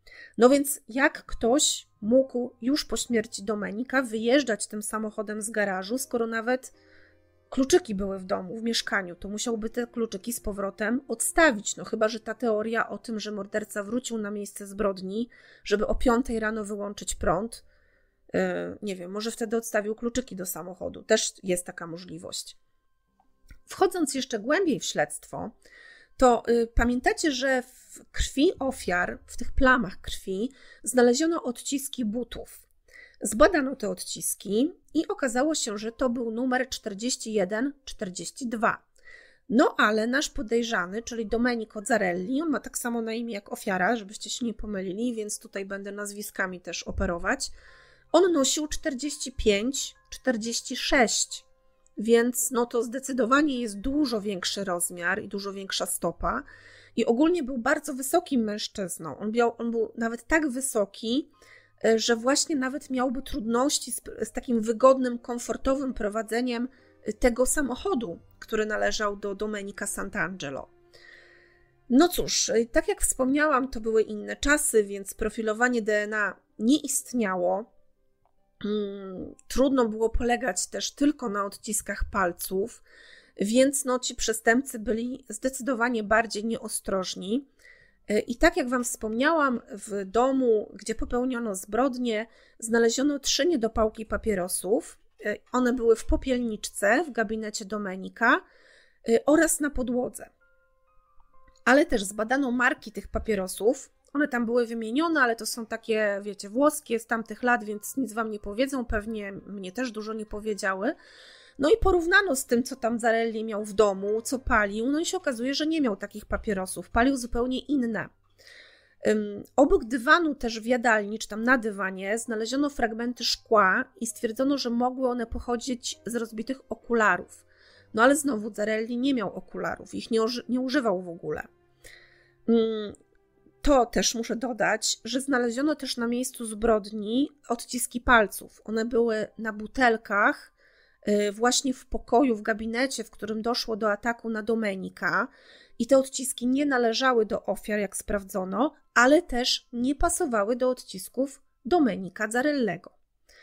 No więc jak ktoś mógł już po śmierci Domenika wyjeżdżać tym samochodem z garażu, skoro nawet kluczyki były w domu, w mieszkaniu, to musiałby te kluczyki z powrotem odstawić. No chyba że ta teoria o tym, że morderca wrócił na miejsce zbrodni, żeby o piątej rano wyłączyć prąd, yy, nie wiem, może wtedy odstawił kluczyki do samochodu. Też jest taka możliwość. Wchodząc jeszcze głębiej w śledztwo, to y, pamiętacie, że w krwi ofiar, w tych plamach krwi, znaleziono odciski butów. Zbadano te odciski i okazało się, że to był numer czterdzieści jeden czterdzieści dwa. No ale nasz podejrzany, czyli Domenico Zarelli, on ma tak samo na imię jak ofiara, żebyście się nie pomylili, więc tutaj będę nazwiskami też operować. On nosił czterdzieści pięć czterdzieści sześć, więc no to zdecydowanie jest dużo większy rozmiar i dużo większa stopa. I ogólnie był bardzo wysokim mężczyzną. On, miał, on był nawet tak wysoki, że właśnie nawet miałby trudności z, z takim wygodnym, komfortowym prowadzeniem tego samochodu, który należał do Domenica Sant'Angelo. No cóż, tak jak wspomniałam, to były inne czasy, więc profilowanie D N A nie istniało. Trudno było polegać też tylko na odciskach palców, więc no, ci przestępcy byli zdecydowanie bardziej nieostrożni. I tak jak Wam wspomniałam, w domu, gdzie popełniono zbrodnię, znaleziono trzy niedopałki papierosów. One były w popielniczce w gabinecie Domenika oraz na podłodze. Ale też zbadano marki tych papierosów. One tam były wymienione, ale to są takie, wiecie, włoskie z tamtych lat, więc nic Wam nie powiedzą, pewnie mnie też dużo nie powiedziały. No i porównano z tym, co tam Zarelli miał w domu, co palił, no i się okazuje, że nie miał takich papierosów, palił zupełnie inne. Um, obok dywanu też w jadalni, czy tam na dywanie, znaleziono fragmenty szkła i stwierdzono, że mogły one pochodzić z rozbitych okularów. No ale znowu Zarelli nie miał okularów, ich nie, nie używał w ogóle. Um, To też muszę dodać, że znaleziono też na miejscu zbrodni odciski palców. One były na butelkach, właśnie w pokoju, w gabinecie, w którym doszło do ataku na Domenika. I te odciski nie należały do ofiar, jak sprawdzono, ale też nie pasowały do odcisków Domenica Zarellego.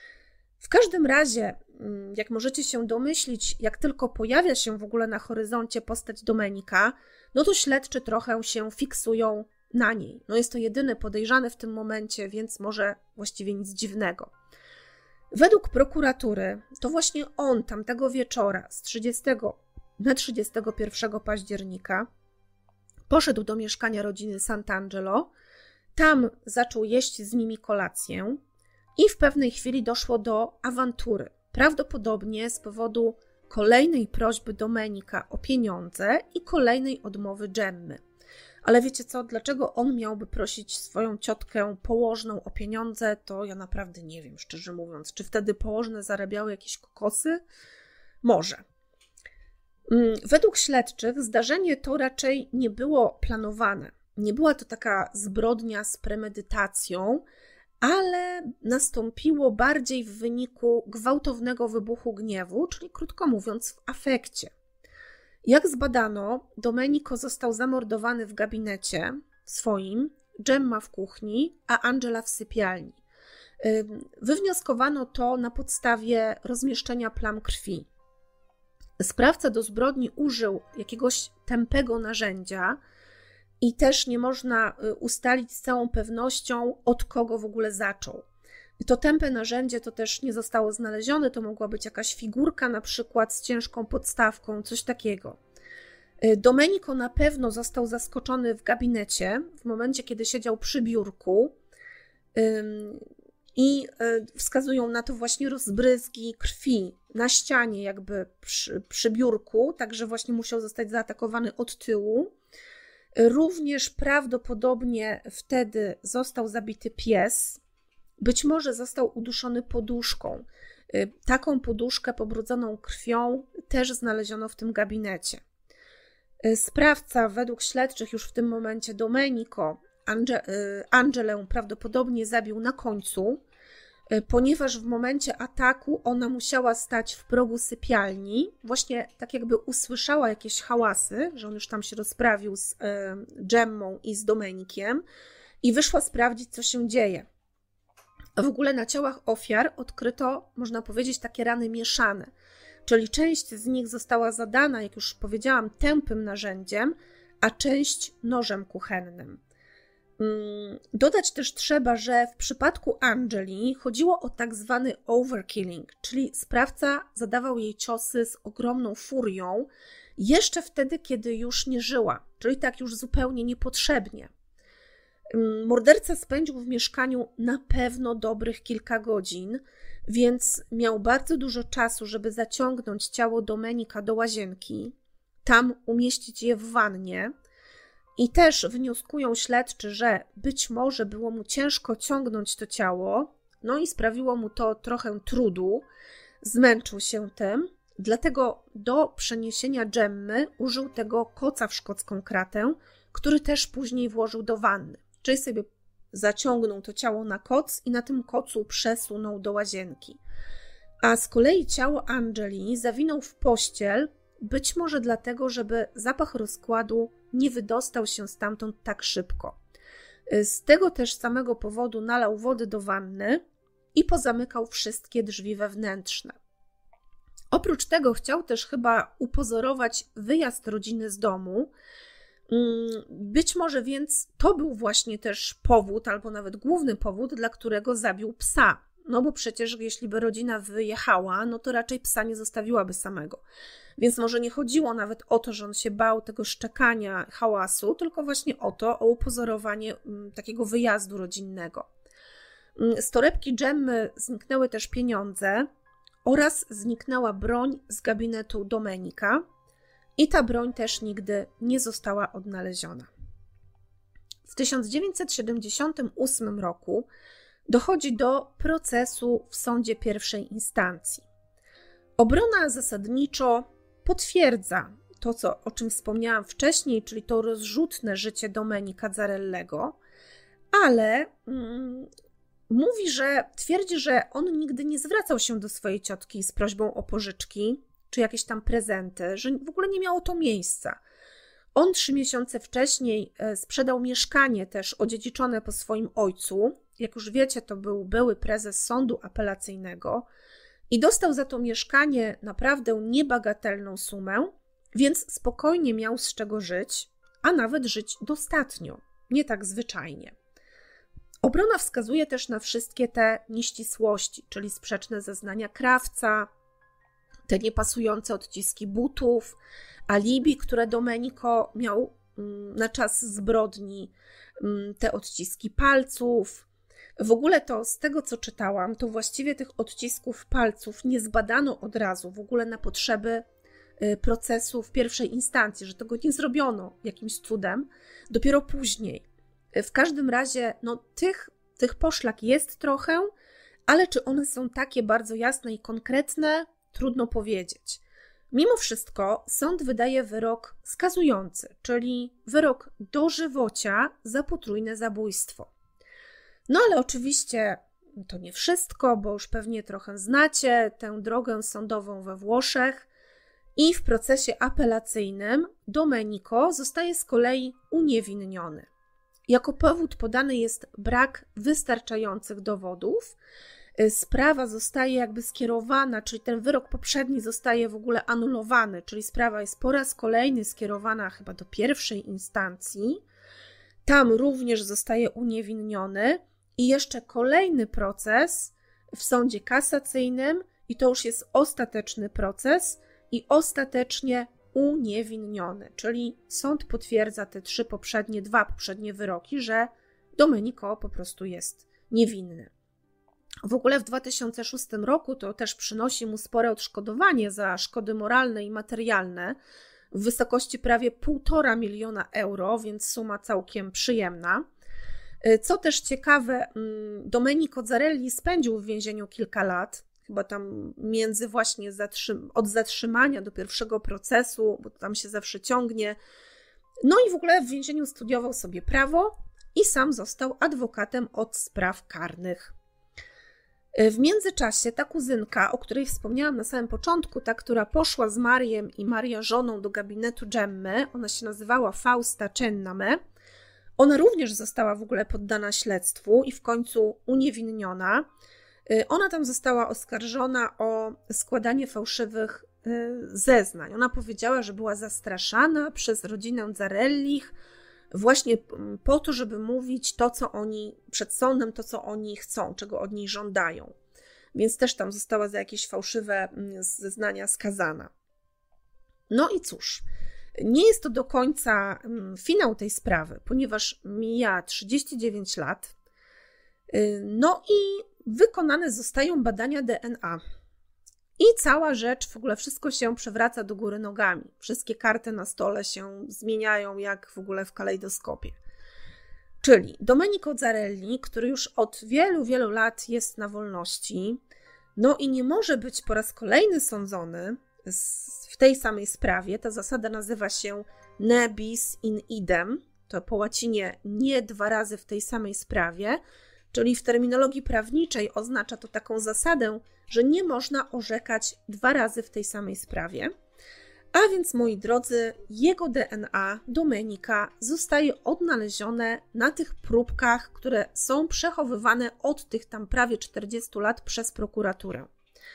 W każdym razie, jak możecie się domyślić, jak tylko pojawia się w ogóle na horyzoncie postać Domenika, no to śledczy trochę się fiksują na niej. No jest to jedyny podejrzany w tym momencie, więc może właściwie nic dziwnego. Według prokuratury to właśnie on tamtego wieczora z trzydziestego na trzydziestego pierwszego października poszedł do mieszkania rodziny Sant'Angelo, tam zaczął jeść z nimi kolację i w pewnej chwili doszło do awantury. Prawdopodobnie z powodu kolejnej prośby Domenika o pieniądze i kolejnej odmowy Gemmy. Ale wiecie co, dlaczego on miałby prosić swoją ciotkę położną o pieniądze, to ja naprawdę nie wiem, szczerze mówiąc. Czy wtedy położne zarabiały jakieś kokosy? Może. Według śledczych zdarzenie to raczej nie było planowane. Nie była to taka zbrodnia z premedytacją, ale nastąpiło bardziej w wyniku gwałtownego wybuchu gniewu, czyli krótko mówiąc w afekcie. Jak zbadano, Domenico został zamordowany w gabinecie swoim, Gemma w kuchni, a Angela w sypialni. Wywnioskowano to na podstawie rozmieszczenia plam krwi. Sprawca do zbrodni użył jakiegoś tępego narzędzia i też nie można ustalić z całą pewnością, od kogo w ogóle zaczął. To tępe narzędzie to też nie zostało znalezione, to mogła być jakaś figurka na przykład z ciężką podstawką, coś takiego. Domenico na pewno został zaskoczony w gabinecie w momencie, kiedy siedział przy biurku i wskazują na to właśnie rozbryzgi krwi na ścianie jakby przy, przy biurku, także właśnie musiał zostać zaatakowany od tyłu. Również prawdopodobnie wtedy został zabity pies, być może został uduszony poduszką. Taką poduszkę pobrudzoną krwią też znaleziono w tym gabinecie. Sprawca według śledczych już w tym momencie Domenico Ange- Angelę prawdopodobnie zabił na końcu, ponieważ w momencie ataku ona musiała stać w progu sypialni, właśnie tak jakby usłyszała jakieś hałasy, że on już tam się rozprawił z Gemmą i z Domenikiem i wyszła sprawdzić, co się dzieje. A w ogóle na ciałach ofiar odkryto, można powiedzieć, takie rany mieszane, czyli część z nich została zadana, jak już powiedziałam, tępym narzędziem, a część nożem kuchennym. Dodać też trzeba, że w przypadku Angeli chodziło o tak zwany overkilling, czyli sprawca zadawał jej ciosy z ogromną furią, jeszcze wtedy, kiedy już nie żyła, czyli tak już zupełnie niepotrzebnie. Morderca spędził w mieszkaniu na pewno dobrych kilka godzin, więc miał bardzo dużo czasu, żeby zaciągnąć ciało Domenika do łazienki, tam umieścić je w wannie. I też wnioskują śledczy, że być może było mu ciężko ciągnąć to ciało, no i sprawiło mu to trochę trudu, zmęczył się tym, dlatego do przeniesienia Gemmy użył tego koca w szkocką kratę, który też później włożył do wanny. Czyli sobie zaciągnął to ciało na koc i na tym kocu przesunął do łazienki. A z kolei ciało Angeli zawinął w pościel, być może dlatego, żeby zapach rozkładu nie wydostał się stamtąd tak szybko. Z tego też samego powodu nalał wody do wanny i pozamykał wszystkie drzwi wewnętrzne. Oprócz tego chciał też chyba upozorować wyjazd rodziny z domu. Być może więc to był właśnie też powód, albo nawet główny powód, dla którego zabił psa. No bo przecież jeśli by rodzina wyjechała, no to raczej psa nie zostawiłaby samego. Więc może nie chodziło nawet o to, że on się bał tego szczekania, hałasu, tylko właśnie o to, o upozorowanie takiego wyjazdu rodzinnego. Z torebki Gemmy zniknęły też pieniądze oraz zniknęła broń z gabinetu Domenika i ta broń też nigdy nie została odnaleziona. W tysiąc dziewięćset siedemdziesiątym ósmym roku dochodzi do procesu w sądzie pierwszej instancji. Obrona zasadniczo potwierdza to, co, o czym wspomniałam wcześniej, czyli to rozrzutne życie Domenika Zarellego, ale mm, mówi, że twierdzi, że on nigdy nie zwracał się do swojej ciotki z prośbą o pożyczki czy jakieś tam prezenty, że w ogóle nie miało to miejsca. On trzy miesiące wcześniej sprzedał mieszkanie też odziedziczone po swoim ojcu. Jak już wiecie, to był były prezes sądu apelacyjnego i dostał za to mieszkanie naprawdę niebagatelną sumę, więc spokojnie miał z czego żyć, a nawet żyć dostatnio, nie tak zwyczajnie. Obrona wskazuje też na wszystkie te nieścisłości, czyli sprzeczne zeznania krawca, te niepasujące odciski butów, alibi, które Domenico miał na czas zbrodni, te odciski palców. W ogóle to z tego, co czytałam, to właściwie tych odcisków palców nie zbadano od razu, w ogóle na potrzeby procesu w pierwszej instancji, że tego nie zrobiono jakimś cudem, dopiero później. W każdym razie no, tych, tych poszlak jest trochę, ale czy one są takie bardzo jasne i konkretne, trudno powiedzieć. Mimo wszystko sąd wydaje wyrok skazujący, czyli wyrok dożywocia za potrójne zabójstwo. No ale oczywiście to nie wszystko, bo już pewnie trochę znacie tę drogę sądową we Włoszech i w procesie apelacyjnym Domenico zostaje z kolei uniewinniony. Jako powód podany jest brak wystarczających dowodów. Sprawa zostaje jakby skierowana, czyli ten wyrok poprzedni zostaje w ogóle anulowany, czyli sprawa jest po raz kolejny skierowana chyba do pierwszej instancji. Tam również zostaje uniewinniony i jeszcze kolejny proces w sądzie kasacyjnym i to już jest ostateczny proces i ostatecznie uniewinniony, czyli sąd potwierdza te trzy poprzednie, dwa poprzednie wyroki, że Domenico po prostu jest niewinny. W ogóle w dwa tysiące szóstym roku to też przynosi mu spore odszkodowanie za szkody moralne i materialne w wysokości prawie półtora miliona euro, więc suma całkiem przyjemna. Co też ciekawe, Domenico Zarelli spędził w więzieniu kilka lat, chyba tam między właśnie zatrzym- od zatrzymania do pierwszego procesu, bo tam się zawsze ciągnie. No i w ogóle w więzieniu studiował sobie prawo i sam został adwokatem od spraw karnych. W międzyczasie ta kuzynka, o której wspomniałam na samym początku, ta, która poszła z Mariem i Maria żoną do gabinetu Gemmy, ona się nazywała Fausta Cenname, Ona również została w ogóle poddana śledztwu i w końcu uniewinniona. Ona tam została oskarżona o składanie fałszywych zeznań. Ona powiedziała, że była zastraszana przez rodzinę Zarellich właśnie po to, żeby mówić to, co oni przed sądem, to, co oni chcą, czego od niej żądają. Więc też tam została za jakieś fałszywe zeznania skazana. No i cóż, nie jest to do końca finał tej sprawy, ponieważ mija trzydzieści dziewięć lat. No i wykonane zostają badania D N A. I cała rzecz, w ogóle wszystko się przewraca do góry nogami. Wszystkie karty na stole się zmieniają jak w ogóle w kalejdoskopie. Czyli Domenico Zarelli, który już od wielu, wielu lat jest na wolności, no i nie może być po raz kolejny sądzony w tej samej sprawie. Ta zasada nazywa się ne bis in idem, to po łacinie nie dwa razy w tej samej sprawie, czyli w terminologii prawniczej oznacza to taką zasadę, że nie można orzekać dwa razy w tej samej sprawie. A więc, moi drodzy, jego D N A, Domenica, zostaje odnalezione na tych próbkach, które są przechowywane od tych tam prawie czterdziestu lat przez prokuraturę.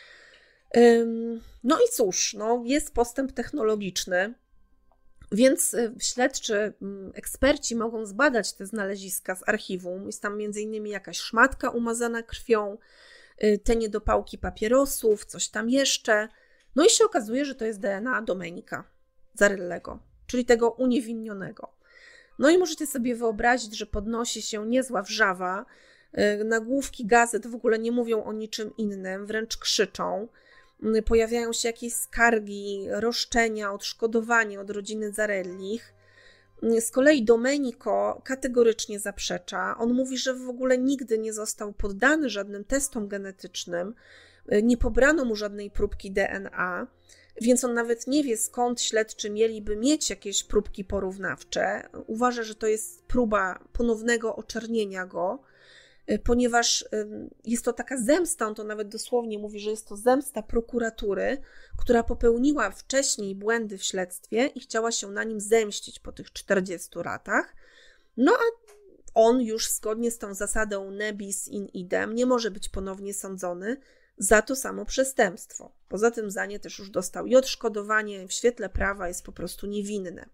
No i cóż, no jest postęp technologiczny, więc śledczy, eksperci mogą zbadać te znaleziska z archiwum. Jest tam między innymi jakaś szmatka umazana krwią, te niedopałki papierosów, coś tam jeszcze. No i się okazuje, że to jest D N A Domenica Zarellego, czyli tego uniewinnionego. No i możecie sobie wyobrazić, że podnosi się niezła wrzawa. Nagłówki gazet w ogóle nie mówią o niczym innym, wręcz krzyczą. Pojawiają się jakieś skargi, roszczenia, odszkodowanie od rodziny Zarellich. Z kolei Domenico kategorycznie zaprzecza. On mówi, że w ogóle nigdy nie został poddany żadnym testom genetycznym, nie pobrano mu żadnej próbki D N A, więc on nawet nie wie, skąd śledczy mieliby mieć jakieś próbki porównawcze. Uważa, że to jest próba ponownego oczernienia go, ponieważ jest to taka zemsta, on to nawet dosłownie mówi, że jest to zemsta prokuratury, która popełniła wcześniej błędy w śledztwie i chciała się na nim zemścić po tych czterdziestu latach. No a on już zgodnie z tą zasadą ne bis in idem nie może być ponownie sądzony za to samo przestępstwo. Poza tym za nie też już dostał i odszkodowanie, w świetle prawa jest po prostu niewinny.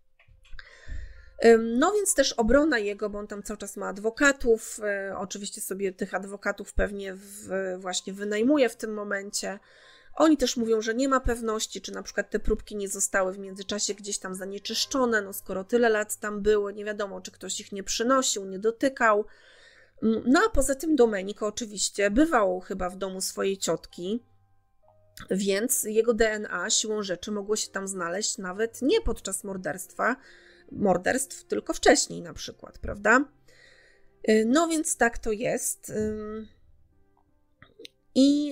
No więc też obrona jego, bo on tam cały czas ma adwokatów, oczywiście sobie tych adwokatów pewnie w, właśnie wynajmuje w tym momencie. Oni też mówią, że nie ma pewności, czy na przykład te próbki nie zostały w międzyczasie gdzieś tam zanieczyszczone, no skoro tyle lat tam były, nie wiadomo, czy ktoś ich nie przynosił, nie dotykał. No a poza tym Domenico oczywiście bywał chyba w domu swojej ciotki, więc jego D N A siłą rzeczy mogło się tam znaleźć nawet nie podczas morderstwa, morderstw, tylko wcześniej na przykład, prawda? No więc tak to jest. I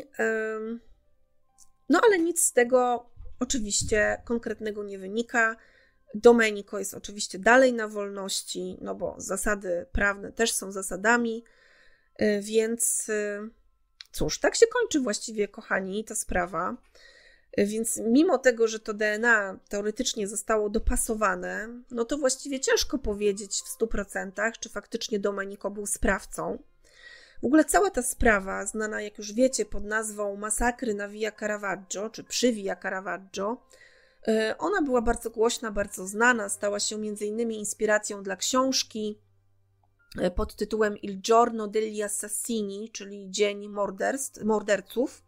no ale nic z tego oczywiście konkretnego nie wynika. Domenico jest oczywiście dalej na wolności, no bo zasady prawne też są zasadami, więc cóż, tak się kończy właściwie, kochani, ta sprawa. Więc mimo tego, że to D N A teoretycznie zostało dopasowane, no to właściwie ciężko powiedzieć w stu procentach, czy faktycznie Domenico był sprawcą. W ogóle cała ta sprawa, znana jak już wiecie pod nazwą masakry na Via Caravaggio, czy przy Via Caravaggio, ona była bardzo głośna, bardzo znana, stała się między innymi inspiracją dla książki pod tytułem Il giorno degli assassini, czyli Dzień morderstw, morderców.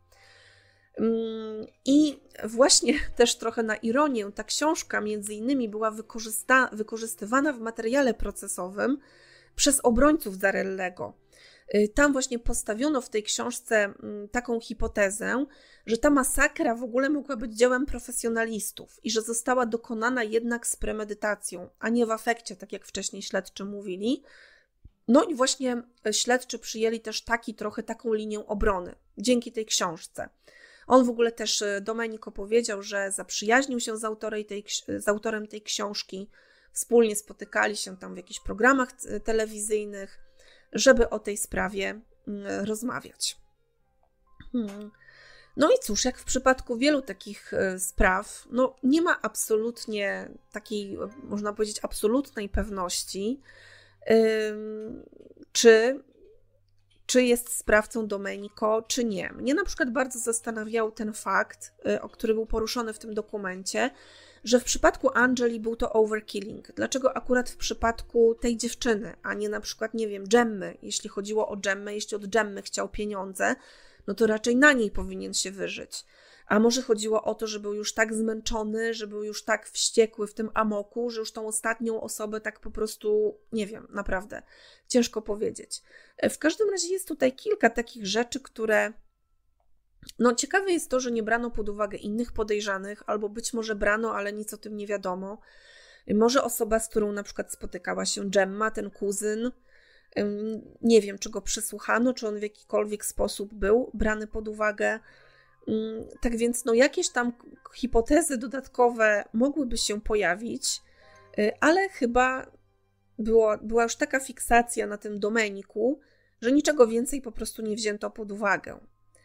I właśnie też trochę na ironię ta książka między innymi była wykorzysta- wykorzystywana w materiale procesowym przez obrońców Zarellego. Tam właśnie postawiono w tej książce taką hipotezę, że ta masakra w ogóle mogła być dziełem profesjonalistów i że została dokonana jednak z premedytacją, a nie w afekcie, tak jak wcześniej śledczy mówili. No i właśnie śledczy przyjęli też taki trochę taką linię obrony dzięki tej książce. On w ogóle też, Domenico powiedział, że zaprzyjaźnił się z, autorej tej, z autorem tej książki, wspólnie spotykali się tam w jakichś programach telewizyjnych, żeby o tej sprawie rozmawiać. Hmm. No i cóż, jak w przypadku wielu takich spraw, no nie ma absolutnie takiej, można powiedzieć, absolutnej pewności, czy, czy jest sprawcą Domenico, czy nie. Mnie na przykład bardzo zastanawiał ten fakt, o który był poruszony w tym dokumencie, że w przypadku Angeli był to overkilling. Dlaczego akurat w przypadku tej dziewczyny, a nie na przykład, nie wiem, Gemmy, jeśli chodziło o Gemmę, jeśli od Gemmy chciał pieniądze, no to raczej na niej powinien się wyżyć. A może chodziło o to, że był już tak zmęczony, że był już tak wściekły w tym amoku, że już tą ostatnią osobę tak po prostu, nie wiem, naprawdę, ciężko powiedzieć. W każdym razie jest tutaj kilka takich rzeczy, które... No ciekawe jest to, że nie brano pod uwagę innych podejrzanych, albo być może brano, ale nic o tym nie wiadomo. Może osoba, z którą na przykład spotykała się Gemma, ten kuzyn, nie wiem, czy go przesłuchano, czy on w jakikolwiek sposób był brany pod uwagę. Tak więc no jakieś tam hipotezy dodatkowe mogłyby się pojawić, ale chyba było, była już taka fiksacja na tym Domeniku, że niczego więcej po prostu nie wzięto pod uwagę.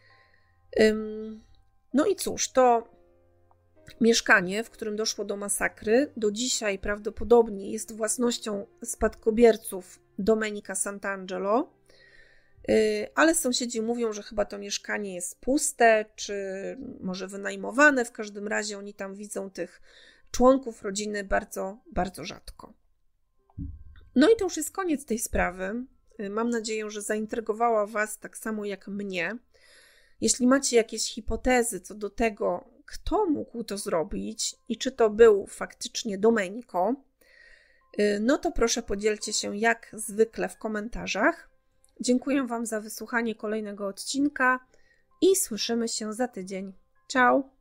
No i cóż, to mieszkanie, w którym doszło do masakry, do dzisiaj prawdopodobnie jest własnością spadkobierców Domenica Sant'Angelo, ale sąsiedzi mówią, że chyba to mieszkanie jest puste, czy może wynajmowane. W każdym razie oni tam widzą tych członków rodziny bardzo, bardzo rzadko. No i to już jest koniec tej sprawy. Mam nadzieję, że zaintrygowała Was tak samo jak mnie. Jeśli macie jakieś hipotezy co do tego, kto mógł to zrobić i czy to był faktycznie Domenico, no to proszę podzielcie się jak zwykle w komentarzach. Dziękuję Wam za wysłuchanie kolejnego odcinka i słyszymy się za tydzień. Ciao!